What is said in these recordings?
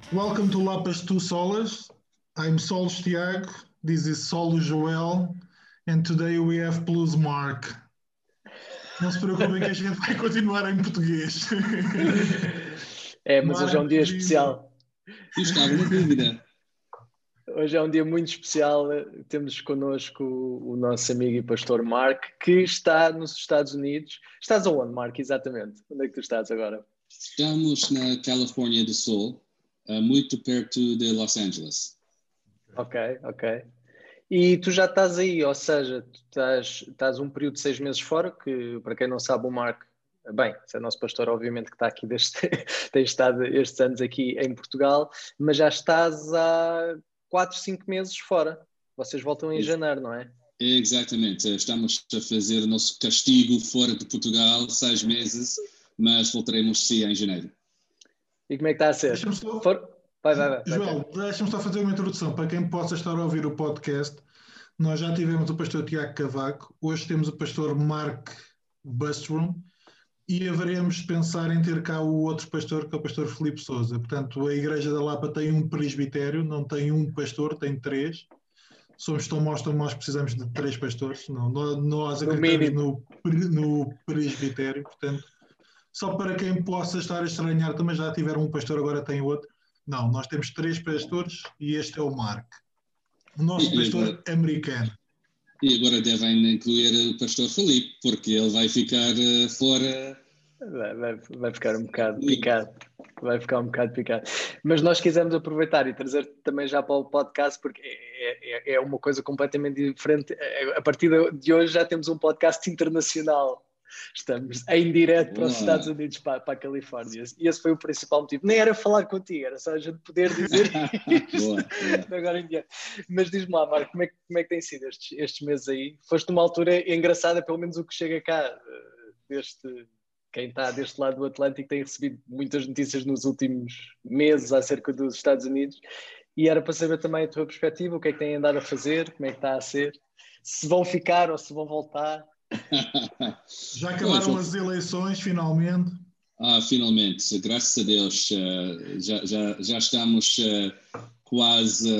Welcome to Lapas Tu Solas. I'm Solos Tiago. This is Solos Joel. And today we have Plus Mark. Não se preocupem que a gente vai continuar em português. Mas hoje é um dia especial. Eu estava na dúvida. Hoje é um dia muito especial. Temos connosco o nosso amigo e pastor Mark, que está nos Estados Unidos. Estás aonde, Mark, exatamente? Onde é que tu estás agora? Estamos na Califórnia do Sul, muito perto de Los Angeles. Ok. E tu já estás aí, ou seja, tu estás um período de 6 meses fora, que para quem não sabe o Mark, bem, se é nosso pastor, obviamente que está aqui tem estado estes anos aqui em Portugal, mas já estás há 4, 5 meses fora. Vocês voltam em janeiro, não é? Exatamente, estamos a fazer o nosso castigo fora de Portugal, 6 meses, mas voltaremos sim em janeiro. E como é que está a ser? Vai. Joel, deixa-me só fazer uma introdução. Para quem possa estar a ouvir o podcast, nós já tivemos o pastor Tiago Cavaco, hoje temos o pastor Mark Bustrom e haveremos pensar em ter cá o outro pastor, que é o pastor Filipe Sousa. Portanto, a Igreja da Lapa tem um presbitério, não tem um pastor, tem 3. Somos tão maus, precisamos de 3 pastores. Não, nós acreditamos no presbitério, portanto, só para quem possa estar a estranhar, também já tiveram um pastor, agora tem outro. Não, nós temos 3 pastores e este é o Mark, o nosso pastor americano. E agora devem incluir o pastor Filipe, porque ele vai ficar fora. Vai ficar um bocado picado. Vai ficar um bocado picado. Mas nós quisemos aproveitar e trazer também já para o podcast, porque é uma coisa completamente diferente. A partir de hoje já temos um podcast internacional. Estamos em direto para os Estados Unidos, para a Califórnia. E esse foi o principal motivo. Nem era falar contigo, era só a gente poder dizer isto agora em diante. Mas diz-me lá, Marco, como é que tem sido estes meses aí? Foste numa altura engraçada, pelo menos o que chega cá, quem está deste lado do Atlântico tem recebido muitas notícias nos últimos meses acerca dos Estados Unidos. E era para saber também a tua perspectiva, o que é que têm andado a fazer, como é que está a ser, se vão ficar ou se vão voltar. Já acabaram as eleições, finalmente. Finalmente, graças a Deus, já estamos quase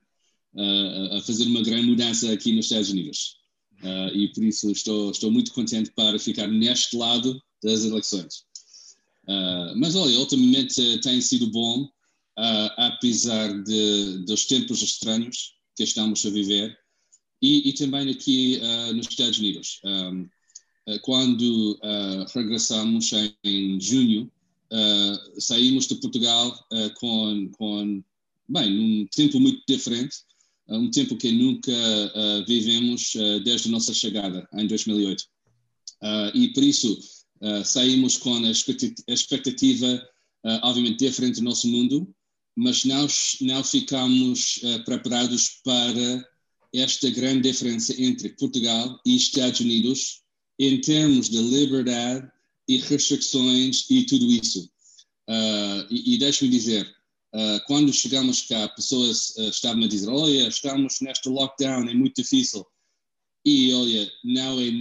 a fazer uma grande mudança aqui nos Estados Unidos. E por isso estou muito contente para ficar neste lado das eleições. Mas olha, ultimamente tem sido bom, apesar dos tempos estranhos que estamos a viver. E também aqui nos Estados Unidos. Quando regressamos em junho, saímos de Portugal com um tempo muito diferente, um tempo que nunca vivemos desde a nossa chegada, em 2008. E por isso saímos com a expectativa, obviamente, diferente do nosso mundo, mas não ficamos preparados para esta grande diferença entre Portugal e Estados Unidos em termos de liberdade e restrições e tudo isso. E deixe-me dizer, quando chegamos cá, pessoas estavam a dizer, olha, estamos neste lockdown, é muito difícil. E olha, não é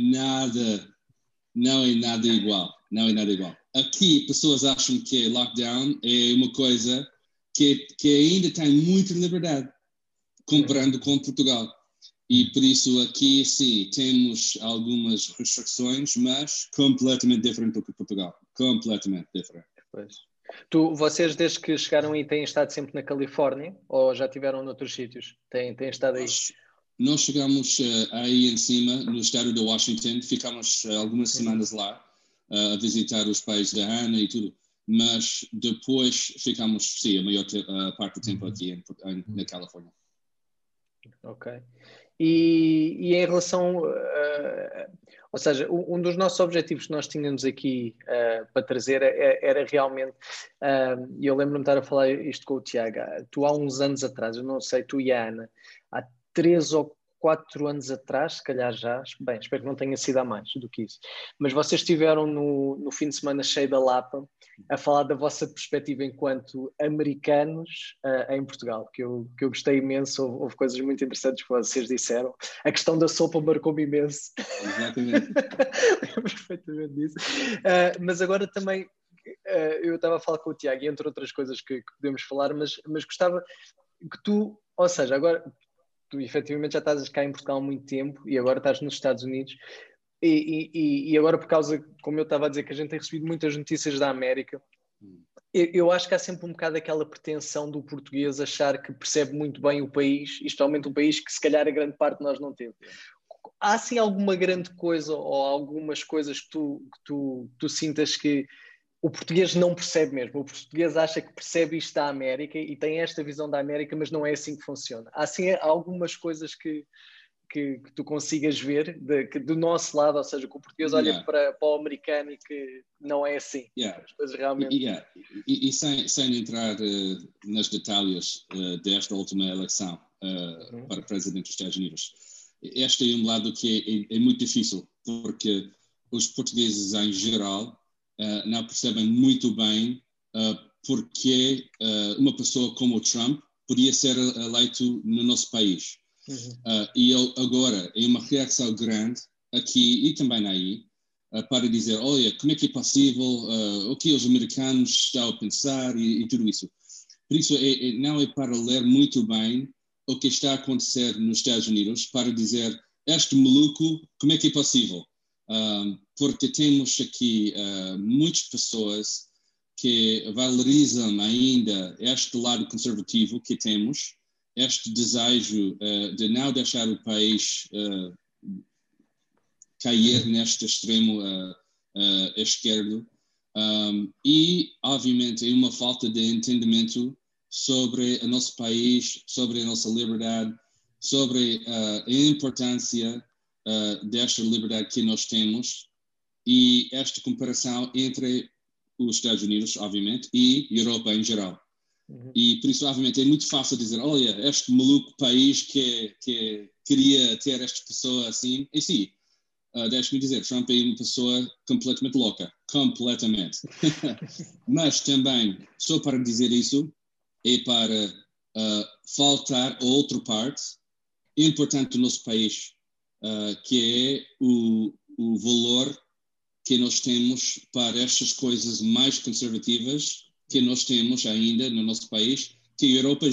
nada igual. Aqui, pessoas acham que lockdown é uma coisa que ainda tem muita liberdade, comparando com Portugal. E por isso aqui, sim, temos algumas restrições, mas completamente diferente do que Portugal. Completamente diferente. Pois. Vocês, desde que chegaram aí, têm estado sempre na Califórnia ou já estiveram noutros sítios? Têm estado aí? Nós chegamos aí em cima, no estado de Washington, ficamos algumas semanas lá a visitar os pais da Ana e tudo, mas depois ficamos, sim, a maior parte do tempo aqui na Califórnia. Ok. E em relação, ou seja, um dos nossos objetivos que nós tínhamos aqui para trazer era realmente, e eu lembro-me de estar a falar isto com o Tiago, tu há uns anos atrás, eu não sei, tu e a Ana, há 3 ou 4 anos atrás, se calhar já, bem, espero que não tenha sido há mais do que isso, mas vocês estiveram no fim de semana cheio da Lapa a falar da vossa perspectiva enquanto americanos em Portugal, que eu gostei imenso, houve coisas muito interessantes que vocês disseram. A questão da sopa marcou-me imenso. Exatamente. Lembro perfeitamente disso. Mas agora também eu estava a falar com o Tiago, e entre outras coisas que podemos falar, mas gostava que tu, ou seja, agora tu efetivamente já estás cá em Portugal há muito tempo e agora estás nos Estados Unidos e agora por causa, como eu estava a dizer, que a gente tem recebido muitas notícias da América, eu acho que há sempre um bocado aquela pretensão do português achar que percebe muito bem o país, especialmente um país que se calhar a grande parte nós não temos. Há assim alguma grande coisa ou algumas coisas que tu sintas que o português não percebe mesmo? O português acha que percebe isto da América e tem esta visão da América, mas não é assim que funciona. Há assim algumas coisas que tu consigas ver do nosso lado, ou seja, que o português olha para o americano e que não é assim. As coisas realmente... E sem entrar nos detalhes desta última eleição para presidente dos Estados Unidos, este é um lado que é muito difícil, porque os portugueses em geral não percebem muito bem porque uma pessoa como o Trump podia ser eleito no nosso país. E ele agora é uma reação grande aqui e também aí para dizer, olha, como é que é possível, o que os americanos estão a pensar e tudo isso. Por isso, não é para ler muito bem o que está a acontecer nos Estados Unidos para dizer, este maluco, como é que é possível? Porque temos aqui muitas pessoas que valorizam ainda este lado conservativo que temos, este desejo de não deixar o país cair neste extremo esquerdo e, obviamente, uma falta de entendimento sobre o nosso país, sobre a nossa liberdade, sobre a importância desta liberdade que nós temos e esta comparação entre os Estados Unidos, obviamente, e Europa em geral. E por isso, obviamente, é muito fácil dizer, olha, este maluco país que queria ter esta pessoa assim. E sim, deixe-me dizer, Trump é uma pessoa completamente louca. Completamente. Mas também, só para dizer isso, é para faltar a outra parte importante do nosso país, que é o valor que nós temos para estas coisas mais conservativas que nós temos ainda no nosso país, que a Europa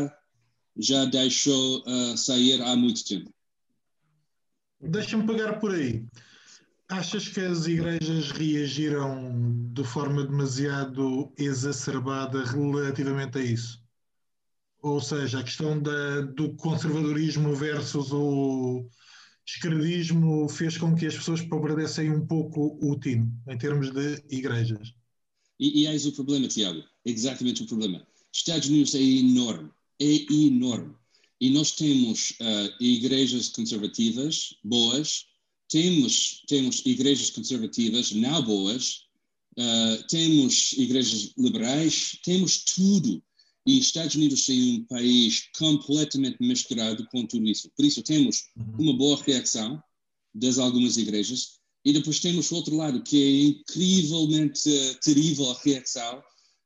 já deixou sair há muito tempo. Deixa-me pegar por aí. Achas que as igrejas reagiram de forma demasiado exacerbada relativamente a isso? Ou seja, a questão do conservadorismo versus o esquerdismo fez com que as pessoas perdessem um pouco o tino, em termos de igrejas. E eis o problema, Tiago. Exatamente o problema. Estados Unidos é enorme. É enorme. E nós temos igrejas conservativas boas, temos igrejas conservativas não boas, temos igrejas liberais, temos tudo. E Estados Unidos é um país completamente misturado com tudo isso. Por isso temos uma boa reação das algumas igrejas e depois temos o outro lado que é incrivelmente terrível a reação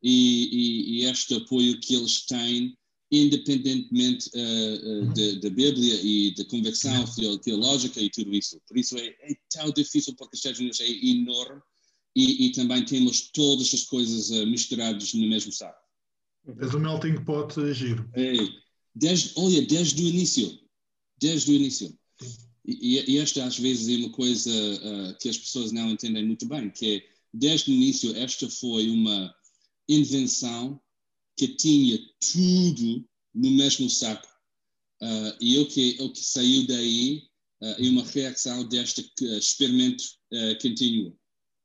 e este apoio que eles têm independentemente da Bíblia e da convicção teológica e tudo isso. Por isso é tão difícil porque os Estados Unidos é enorme e também temos todas as coisas misturadas no mesmo saco. És um melting pot giro. Desde o início. E esta às vezes é uma coisa que as pessoas não entendem muito bem, que é, desde o início esta foi uma invenção que tinha tudo no mesmo saco. E o que saiu daí é uma reação deste experimento contínuo.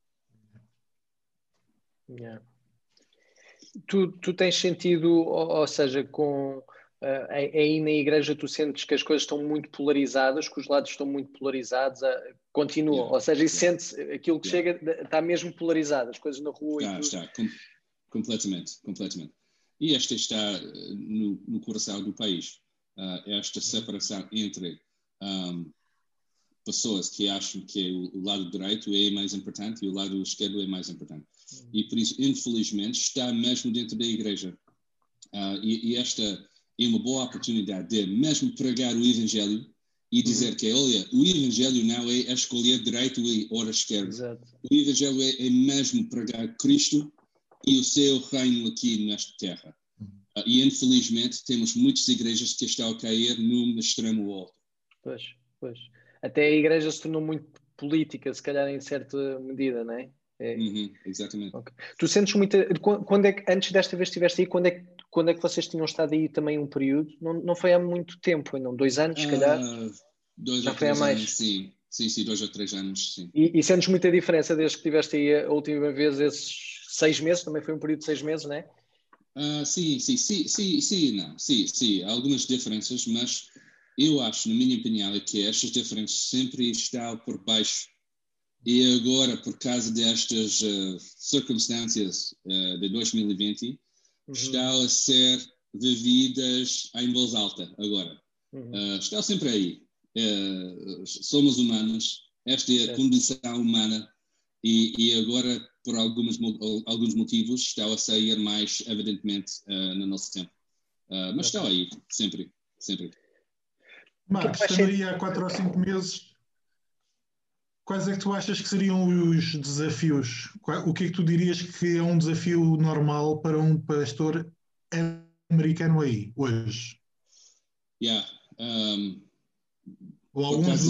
Yeah. Tu tens sentido, ou seja, aí na igreja tu sentes que as coisas estão muito polarizadas, que os lados estão muito polarizados, continuam, ou seja, e sentes aquilo que chega, está mesmo polarizado, as coisas na rua e tudo. Está, completamente. E esta está no coração do país, esta separação entre pessoas que acham que o lado direito é mais importante e o lado esquerdo é mais importante. E por isso, infelizmente, está mesmo dentro da igreja. E esta é uma boa oportunidade de mesmo pregar o Evangelho e dizer que, olha, o Evangelho não é a escolher direito ou a esquerda. Exato. O Evangelho é mesmo pregar Cristo e o seu reino aqui nesta terra. E infelizmente temos muitas igrejas que estão a cair num extremo ou outro. Pois. Até a igreja se tornou muito política, se calhar em certa medida, não é? Exatamente. Okay. Tu sentes muita... Quando é que, antes desta vez que estiveste aí, quando é que vocês tinham estado aí também um período? Não foi há muito tempo, foi não? 2 anos, se calhar? 2 Já ou foi há 3 mais? anos, sim. Sim, 2 ou 3 anos, sim. E sentes muita diferença desde que estiveste aí a última vez, esses 6 meses? Também foi um período de 6 meses, não é? Sim, não. Sim, há algumas diferenças, mas eu acho, na minha opinião, é que estas diferenças sempre estão por baixo. E agora, por causa destas circunstâncias de 2020, estão a ser vividas em voz alta agora. Estão sempre aí. Somos humanos, esta é a condição humana e agora, por alguns motivos, estão a sair mais evidentemente no nosso tempo. Mas estão aí, sempre. Marcos, estando aí há 4 ou 5 meses, quais é que tu achas que seriam os desafios? O que é que tu dirias que é um desafio normal para um pastor americano aí, hoje? Ou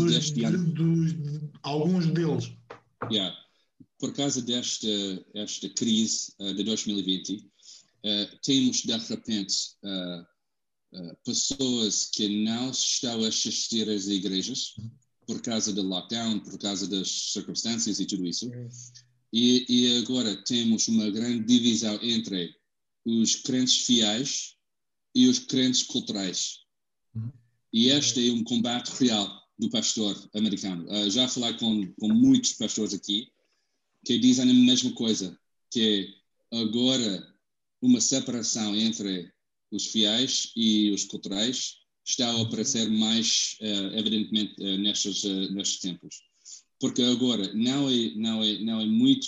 alguns deles. Por causa desta crise de 2020, temos de repente pessoas que não estão a assistir às igrejas por causa do lockdown, por causa das circunstâncias e tudo isso. E agora temos uma grande divisão entre os crentes fiéis e os crentes culturais. E este é um combate real do pastor americano. Já falei com muitos pastores aqui que dizem a mesma coisa, que agora uma separação entre os fiéis e os culturais está a aparecer mais evidentemente nestes tempos. Porque agora é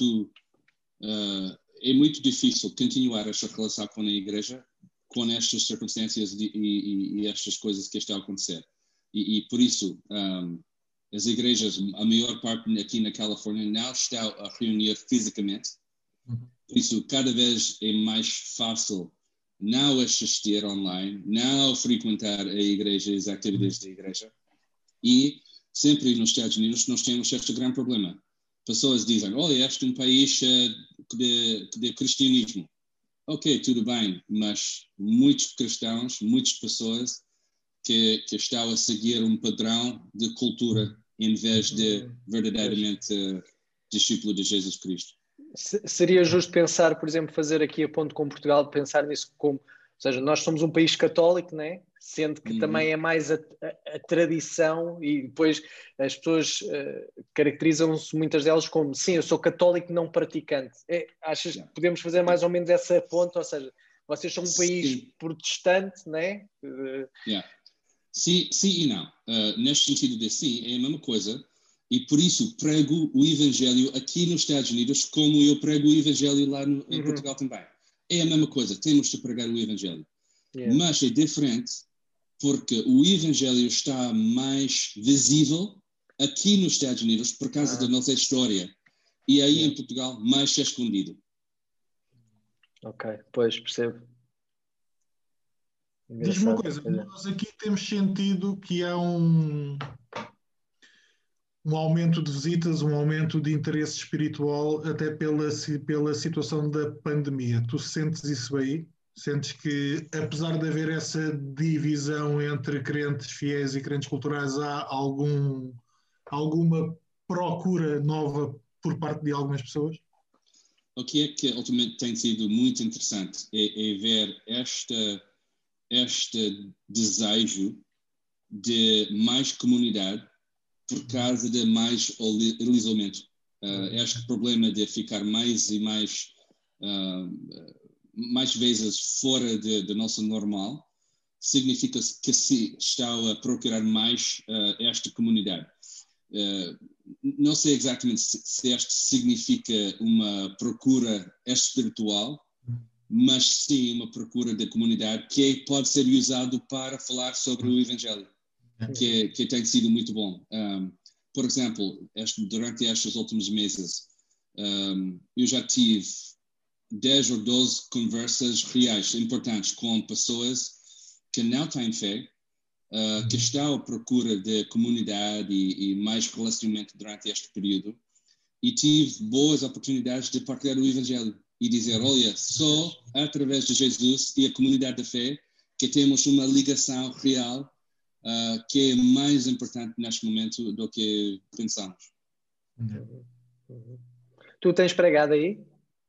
muito difícil continuar esta relação com a igreja com estas circunstâncias e estas coisas que estão a acontecer. E por isso, as igrejas, a maior parte aqui na Califórnia, não estão a reunir fisicamente. Por isso, cada vez é mais fácil não assistir online, não frequentar a igreja, as atividades da igreja. E sempre nos Estados Unidos nós temos este grande problema. Pessoas dizem, olha, este é um país de cristianismo. Ok, tudo bem, mas muitos cristãos, muitas pessoas que estão a seguir um padrão de cultura em vez de verdadeiramente discípulo de Jesus Cristo. Seria justo pensar, por exemplo, fazer aqui a ponto com Portugal, pensar nisso como, ou seja, nós somos um país católico, não é? Sendo que também é mais a tradição e depois as pessoas caracterizam-se, muitas delas, como, sim, eu sou católico não praticante. Achas que podemos fazer mais ou menos essa ponte? Ou seja, vocês são um país protestante, não é? Sim e não. Neste sentido de sim, é a mesma coisa. E por isso prego o Evangelho aqui nos Estados Unidos como eu prego o Evangelho lá em Portugal também. É a mesma coisa, temos de pregar o Evangelho. Mas é diferente porque o Evangelho está mais visível aqui nos Estados Unidos por causa da nossa história. E aí em Portugal mais escondido. Ok, pois, percebo. Diz-me uma coisa, nós aqui temos sentido que há um aumento de visitas, um aumento de interesse espiritual, até pela situação da pandemia. Tu sentes isso aí? Sentes que, apesar de haver essa divisão entre crentes fiéis e crentes culturais, há alguma procura nova por parte de algumas pessoas? O que é que ultimamente tem sido muito interessante é ver este desejo de mais comunidade por causa de mais isolamento. Este problema de ficar mais e mais vezes fora do nosso normal significa que se está a procurar mais esta comunidade. Não sei exatamente se isto significa uma procura espiritual, mas sim uma procura da comunidade que pode ser usado para falar sobre o Evangelho. que tem sido muito bom. Por exemplo, durante estes últimos meses, eu já tive 10 ou 12 conversas reais, importantes, com pessoas que não têm fé, que estão à procura de comunidade e mais relacionamento durante este período, e tive boas oportunidades de partilhar o Evangelho e dizer, olha, só através de Jesus e a comunidade da fé que temos uma ligação real que é mais importante neste momento do que pensamos. Tu tens pregado aí?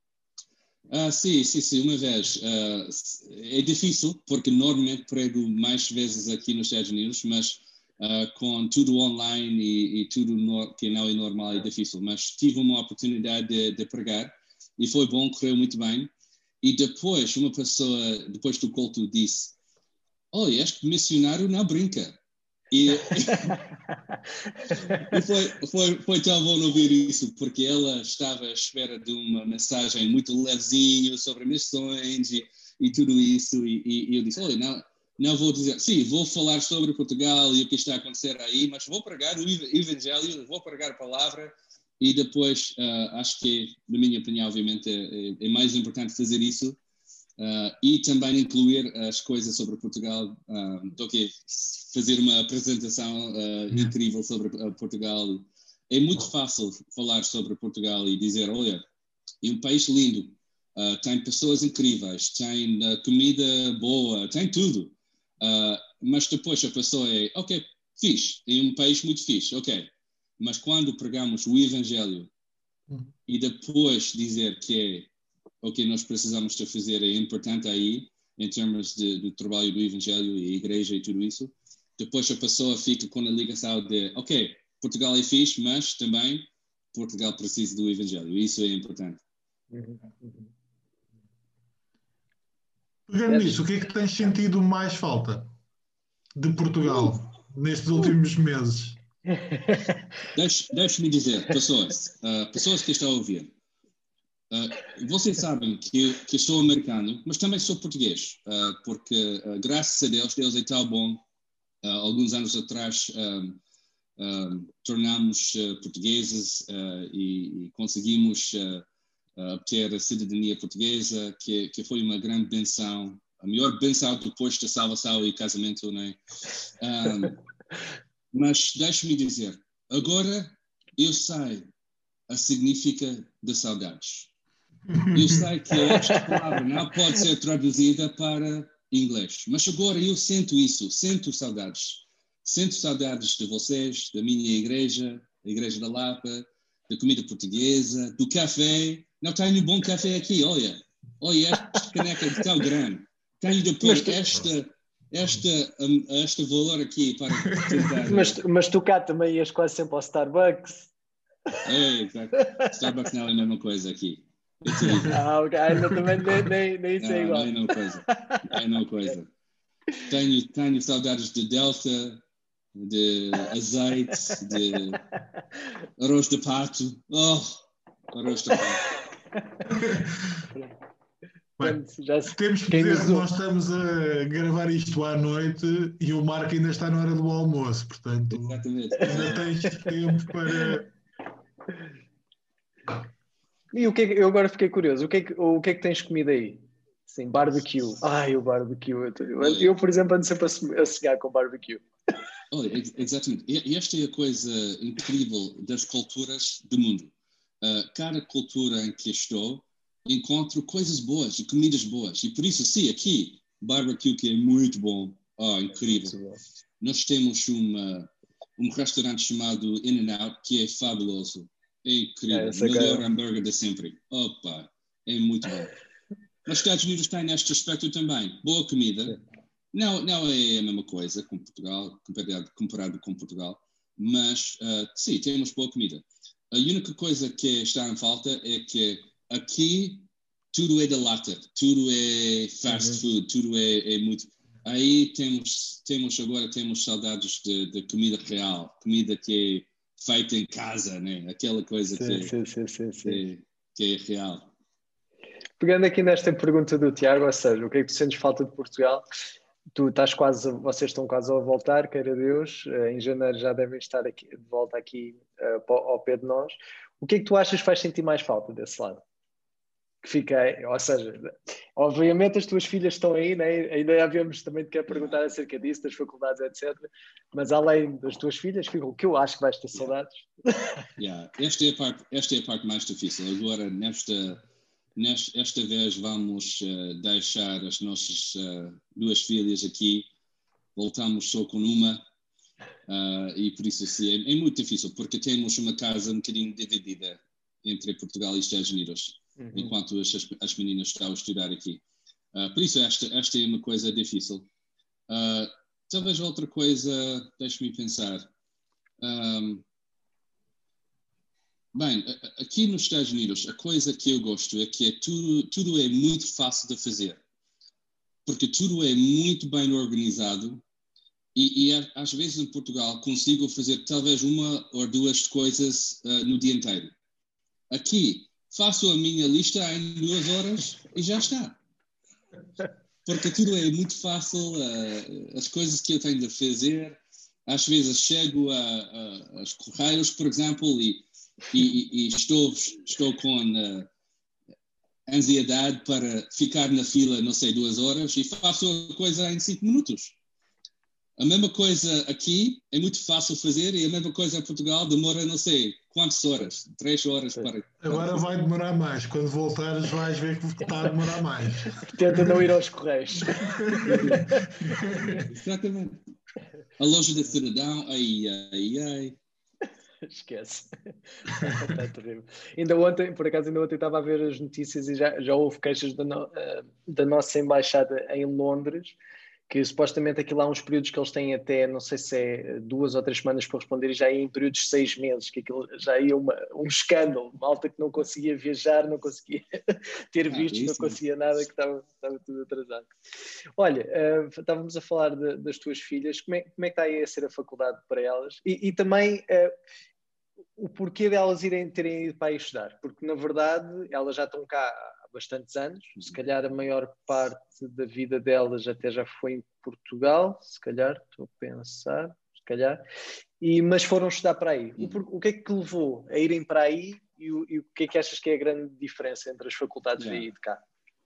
Sim, uma vez. É difícil, porque normalmente prego mais vezes aqui nos Estados Unidos, mas com tudo online e tudo que não é normal é difícil. Mas tive uma oportunidade de pregar e foi bom, correu muito bem. E depois, uma pessoa, depois do culto, disse, olha, este missionário não brinca. E foi tão bom ouvir isso, porque ela estava à espera de uma mensagem muito levezinho sobre missões e tudo isso, e eu disse, olha, não vou dizer, sim, vou falar sobre Portugal e o que está a acontecer aí, mas vou pregar o Evangelho, vou pregar a palavra, e depois acho que, na minha opinião, obviamente, é mais importante fazer isso, e também incluir as coisas sobre Portugal, do que fazer uma apresentação incrível sobre Portugal. É muito fácil falar sobre Portugal e dizer, olha, é um país lindo, tem pessoas incríveis, tem comida boa, tem tudo. Mas depois a pessoa é, ok, fixe, é um país muito fixe, ok. Mas quando pregamos o Evangelho e depois dizer que é o que nós precisamos de fazer é importante aí, em termos do trabalho do Evangelho e a igreja e tudo isso. Depois a pessoa fica com a ligação de, ok, Portugal é fixe, mas também Portugal precisa do Evangelho. Isso é importante. Pegando nisso, o que é que tens sentido mais falta de Portugal nestes últimos meses? Deixe-me dizer, pessoas que estão a ouvir, vocês sabem que eu sou americano, mas também sou português, porque graças a Deus é tão bom. Alguns anos atrás tornámos portugueses e conseguimos obter a cidadania portuguesa, que foi uma grande benção, a melhor benção depois da salvação e casamento, não é? Mas deixe-me dizer, agora eu sei a significa de saudades. Eu sei que esta palavra não pode ser traduzida para inglês, mas agora eu sinto isso, sinto saudades. Sinto saudades de vocês, da minha igreja, a Igreja da Lapa, da comida portuguesa, do café. Não tenho bom café aqui, olha esta caneca de tão grande. Tenho depois este valor aqui para tentar... Mas tu cá também ias quase sempre ao Starbucks. É, exato. Starbucks não é a mesma coisa aqui. Ok, ainda também nem isso é igual. Não é a mesma coisa. Tenho saudades de Delta, de azeite, de arroz de pato. Arroz de pato. Bem, temos que dizer que nós estamos a gravar isto à noite e o Marco ainda está na hora do almoço, portanto, exatamente. Ainda tens tempo para... E eu agora fiquei curioso, o que é que tens comido aí? Sim, barbecue. Ai, o barbecue. Eu, por exemplo, ando sempre a cegar com barbecue. Olha, exatamente. E esta é a coisa incrível das culturas do mundo. Cada cultura em que estou, encontro coisas boas e comidas boas. E por isso, sim, aqui, barbecue que é muito bom. Incrível. Nós temos um restaurante chamado In-N-Out que é fabuloso. É incrível. O melhor hambúrguer de sempre. Opa, é muito bom. Nos Estados Unidos tem neste aspecto também. Boa comida. Não é a mesma coisa com Portugal, comparado com Portugal. Mas, sim, temos boa comida. A única coisa que está em falta é que aqui tudo é da lata. Tudo é fast food. Tudo é muito... Aí temos saudades de comida real. Comida que é feita em casa, né? Aquela coisa que é real. Pegando aqui nesta pergunta do Tiago, ou seja, o que é que tu sentes falta de Portugal? vocês estão quase a voltar, queira Deus, em janeiro já devem estar aqui, de volta aqui ao pé de nós. O que é que tu achas que faz sentir mais falta desse lado? Que fica, ou seja, obviamente as tuas filhas estão aí, né? Ainda havíamos também de querer perguntar acerca disso, das faculdades, etc. Mas além das tuas filhas, o que eu acho que vais ter saudades. Esta é a parte mais difícil. Agora, esta vez vamos deixar as nossas duas filhas aqui, voltamos só com uma, e por isso sim, é muito difícil, porque temos uma casa um bocadinho dividida entre Portugal e Estados Unidos, enquanto as meninas estão a estudar aqui. Por isso esta é uma coisa difícil. Talvez outra coisa, deixe-me pensar. Bem, aqui nos Estados Unidos, a coisa que eu gosto é que tudo é muito fácil de fazer, porque tudo é muito bem organizado e às vezes em Portugal consigo fazer talvez uma ou duas coisas no dia inteiro. Aqui, faço a minha lista em 2 horas e já está. Porque tudo é muito fácil, as coisas que eu tenho de fazer, às vezes chego aos correios, por exemplo, e estou com ansiedade para ficar na fila, não sei, 2 horas e faço a coisa em 5 minutos. A mesma coisa aqui é muito fácil fazer e a mesma coisa em Portugal demora não sei quantas horas, 3 horas para... Agora vai demorar mais, quando voltares vais ver que está a demorar mais. Tenta não ir aos correios. Exatamente. A loja da cidadão, ai. Esquece. Está terrível. Ainda ontem estava a ver as notícias e já houve queixas da nossa embaixada em Londres, que supostamente aquilo há uns períodos que eles têm até, não sei se é 2 ou 3 semanas para responder, e já ia em períodos de 6 meses, que aquilo já ia um escândalo. Malta que não conseguia viajar, não conseguia ter vistos, não conseguia nada, que estava tudo atrasado. Olha, estávamos a falar das tuas filhas, como é que está aí a ser a faculdade para elas? E também... o porquê delas terem ido para aí estudar, porque na verdade elas já estão cá há bastantes anos, se calhar a maior parte da vida delas até já foi em Portugal, se calhar, estou a pensar, se calhar, mas foram estudar para aí. O que é que levou a irem para aí e o que é que achas que é a grande diferença entre as faculdades daí e de cá?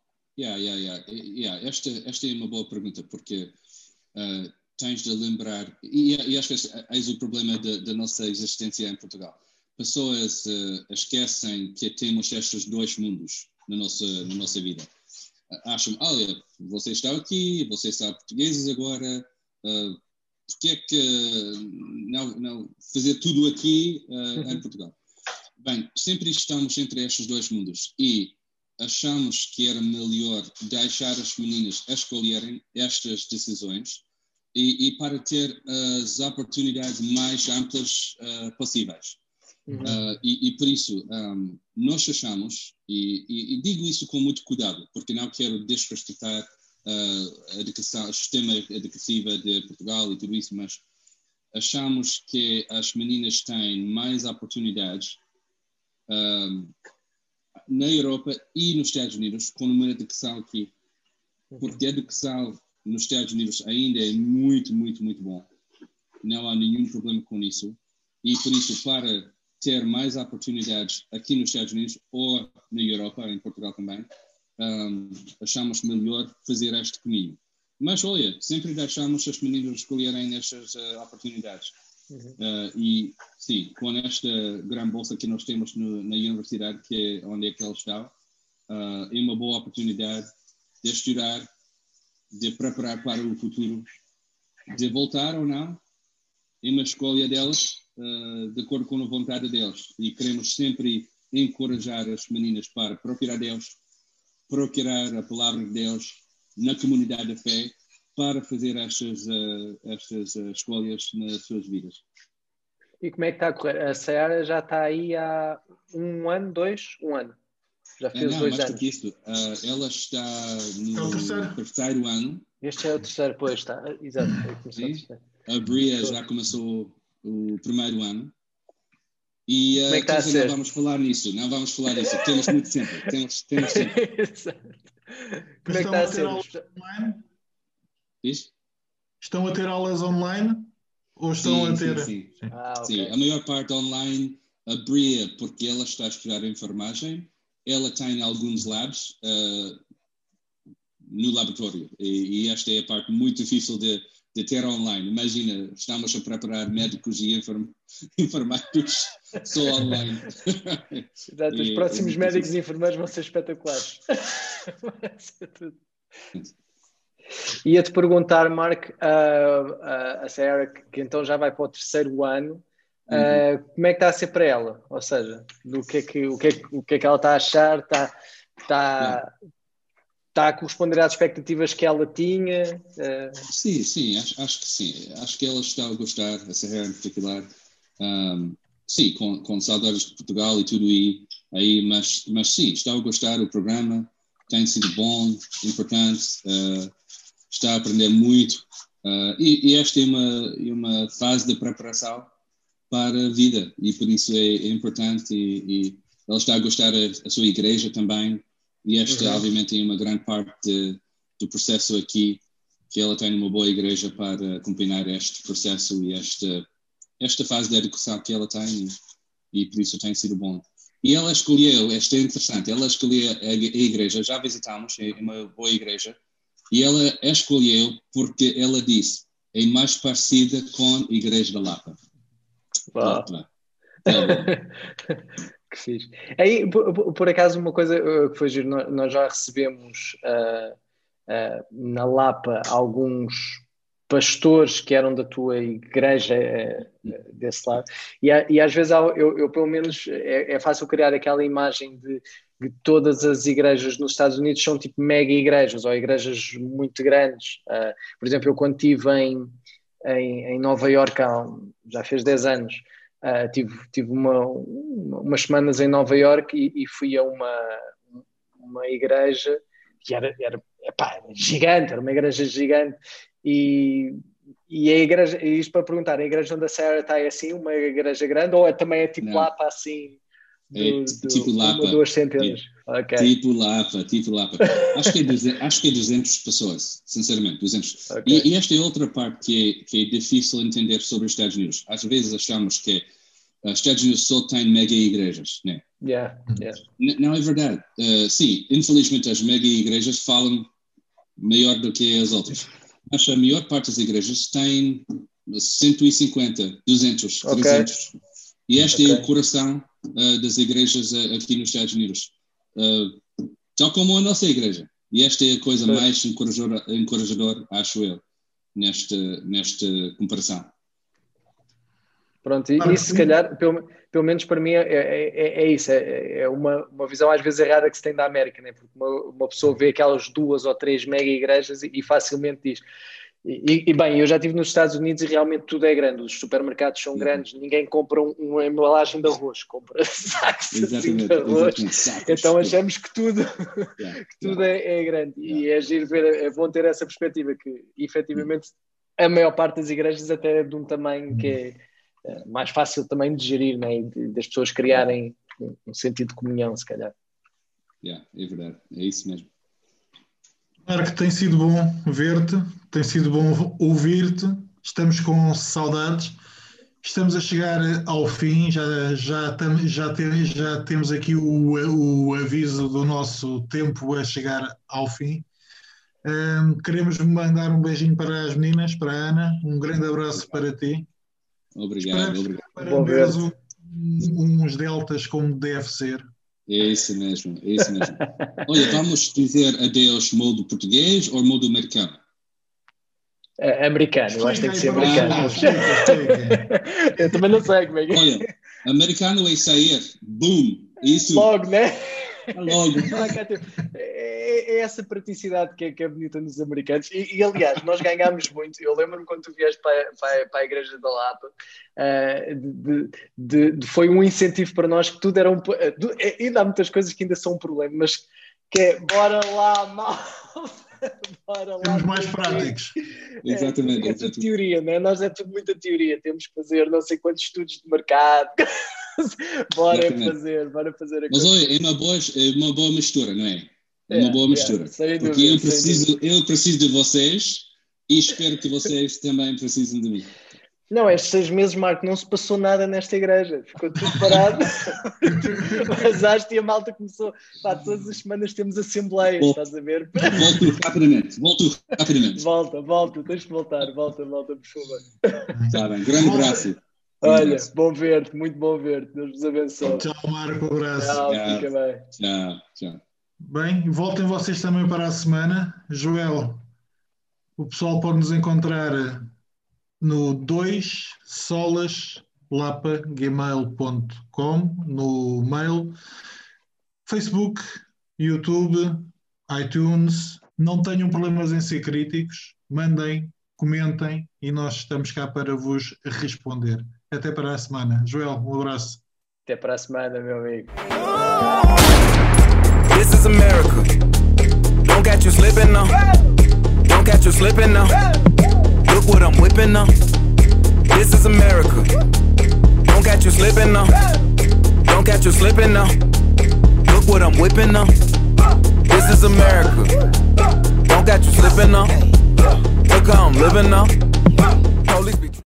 Esta é uma boa pergunta, porque tens de lembrar, e às vezes eis o problema da nossa existência em Portugal. Pessoas esquecem que temos estes 2 mundos na nossa vida. Acham, olha, você está aqui, você sabe português agora, porque é que não fazer tudo aqui em Portugal? Bem, sempre estamos entre estes 2 mundos e achamos que era melhor deixar as meninas escolherem estas decisões e para ter as oportunidades mais amplas possíveis. E por isso, nós achamos, e digo isso com muito cuidado, porque não quero desrespeitar a educação, o sistema educativo de Portugal e tudo isso, mas achamos que as meninas têm mais oportunidades na Europa e nos Estados Unidos com uma educação aqui. Porque a educação nos Estados Unidos ainda é muito, muito, muito bom. Não há nenhum problema com isso. E por isso, para ter mais oportunidades aqui nos Estados Unidos ou na Europa, em Portugal também, achamos melhor fazer este caminho. Mas, olha, sempre deixamos as meninas escolherem estas oportunidades. E, sim, com esta grande bolsa que nós temos na universidade, que é onde é que eles estão, é uma boa oportunidade de estudar, de preparar para o futuro, de voltar ou não, é uma escolha delas, de acordo com a vontade deles. E queremos sempre encorajar as meninas para procurar Deus, procurar a palavra de Deus na comunidade da fé, para fazer estas escolhas nas suas vidas. E como é que está a correr? A Seara já está aí há 1 ano, 2? 1 ano. Já fez 2 anos. Mais do que isto. Ela está no terceiro ano. Este é o terceiro, pois está. Exato. A Bria já começou o primeiro ano. E como é que está a ser? Não vamos falar nisso. Temos muito tempo. Temos tempo. Como é que está a ser? Diz? Estão a ter aulas online? Ou estão a ter... Sim. Okay. Sim, a maior parte online abria porque ela está a estudar enfermagem. Ela tem alguns labs no laboratório e esta é a parte muito difícil de ter online. Imagina, estamos a preparar médicos e enfermeiros só online. Exato, os próximos médicos e enfermeiros vão ser espetaculares. Vai ser tudo. Ia-te perguntar, Mark, a Sarah, que então já vai para o 3º ano, como é que está a ser para ela? Ou seja, o que é que ela está a achar? Está a corresponder às expectativas que ela tinha? Sim, acho que sim. Acho que ela está a gostar, a Sarah em particular. Sim, com saudades de Portugal e tudo aí, mas sim, está a gostar do programa, tem sido bom, importante, está a aprender muito. E esta é uma fase de preparação para a vida e por isso é importante e ela está a gostar a sua igreja também. E esta, obviamente, é uma grande parte do processo aqui, que ela tem uma boa igreja para acompanhar este processo e esta fase de educação que ela tem, e por isso tem sido bom. E ela escolheu, isto é interessante, ela escolheu a igreja, já visitamos, é uma boa igreja, e ela escolheu porque ela disse, é mais parecida com a Igreja da Lapa. Uau. Que fixe. Aí, por acaso, uma coisa que foi giro, nós já recebemos na Lapa alguns pastores que eram da tua igreja desse lado, e às vezes eu pelo menos é fácil criar aquela imagem de todas as igrejas nos Estados Unidos são tipo mega igrejas ou igrejas muito grandes. Por exemplo, eu quando estive em Nova Iorque já fez 10 anos, tive umas semanas em Nova Iorque e fui a uma igreja que era gigante, era uma igreja gigante e a igreja, isto para perguntar, a igreja onde a Sarah está é assim, uma igreja grande ou também é tipo Lapa assim? Tipo Lapa. 1 ou 2 centenas. Okay. Tipo Lapa. Acho que é 200 pessoas, sinceramente, 200. Okay. E esta é outra parte que é difícil entender sobre os Estados Unidos. Às vezes achamos que os Estados Unidos só têm mega igrejas, né? Yeah. Não é verdade. Sim, infelizmente as mega igrejas falam maior do que as outras. Mas a maior parte das igrejas tem 150, 200, 300. E este é o coração das igrejas aqui nos Estados Unidos. Tal como a nossa igreja. E esta é a coisa mais encorajadora, acho eu, nesta comparação. Pronto, e isso se calhar, pelo menos para mim, é isso. É uma visão às vezes errada que se tem da América, né? Porque uma pessoa vê aquelas 2 ou 3 mega igrejas e facilmente diz. E bem, eu já estive nos Estados Unidos e realmente tudo é grande, os supermercados são grandes, ninguém compra uma embalagem de arroz, compra sacos assim de arroz, então achamos que tudo, é grande e é giro ver, é bom ter essa perspectiva que efetivamente a maior parte das igrejas até é de um tamanho que é mais fácil também de gerir, né? E das pessoas criarem um sentido de comunhão, se calhar. É verdade, é isso mesmo. Claro que tem sido bom ver-te, tem sido bom ouvir-te, estamos com saudades, estamos a chegar ao fim, já temos aqui o aviso do nosso tempo a chegar ao fim. Queremos mandar um beijinho para as meninas, para a Ana, um grande abraço para ti. Obrigado. Para ver uns deltas como deve ser. É isso mesmo. Olha, vamos dizer adeus modo português ou modo americano? Americano, eu acho que tem que ser americano. Eu também não sei como é que é. Olha, americano é sair, boom, isso. Logo, né? Logo. É essa praticidade que é bonita nos americanos. E aliás, nós ganhámos muito. Eu lembro-me quando tu vieste para a Igreja da Lapa, foi um incentivo para nós que tudo era ainda há muitas coisas que ainda são um problema, mas que é bora lá, mal. Bora lá. Temos mais práticos. Exatamente. É tudo teoria, né? Nós é tudo muita teoria. Temos que fazer não sei quantos estudos de mercado. Bora fazer a Mas olha, é uma boa mistura, não é? É uma boa mistura. Porque eu preciso de vocês E espero que vocês também precisem de mim. Não, estes 6 meses, Marco, não se passou nada nesta igreja. Ficou tudo parado. Mas acho que a malta começou... Pá, todas as semanas temos assembleias, estás a ver? Volto rapidamente. Volta. Tens de voltar. Volta, por favor. Está bem. Grande abraço. Olha, bom ver-te. Muito bom ver-te. Deus vos abençoe. Tchau, Marco. Um abraço. Tchau, fica bem. Tchau. Bem, voltem vocês também para a semana. Joel, o pessoal pode nos encontrar no 2solaslapa@gmail.com, no mail, Facebook, YouTube, iTunes. Não tenham problemas em ser críticos, mandem, comentem e nós estamos cá para vos responder. Até para a semana. Joel, um abraço. Até para a semana, meu amigo. This is America. Don't catch you slipping now. Don't catch you slipping now. Look what I'm whipping now. This is America. Don't catch you slipping now. Don't catch you slipping now. Look what I'm whipping now. This is America. Don't catch you slipping now. Look how I'm living now. Police be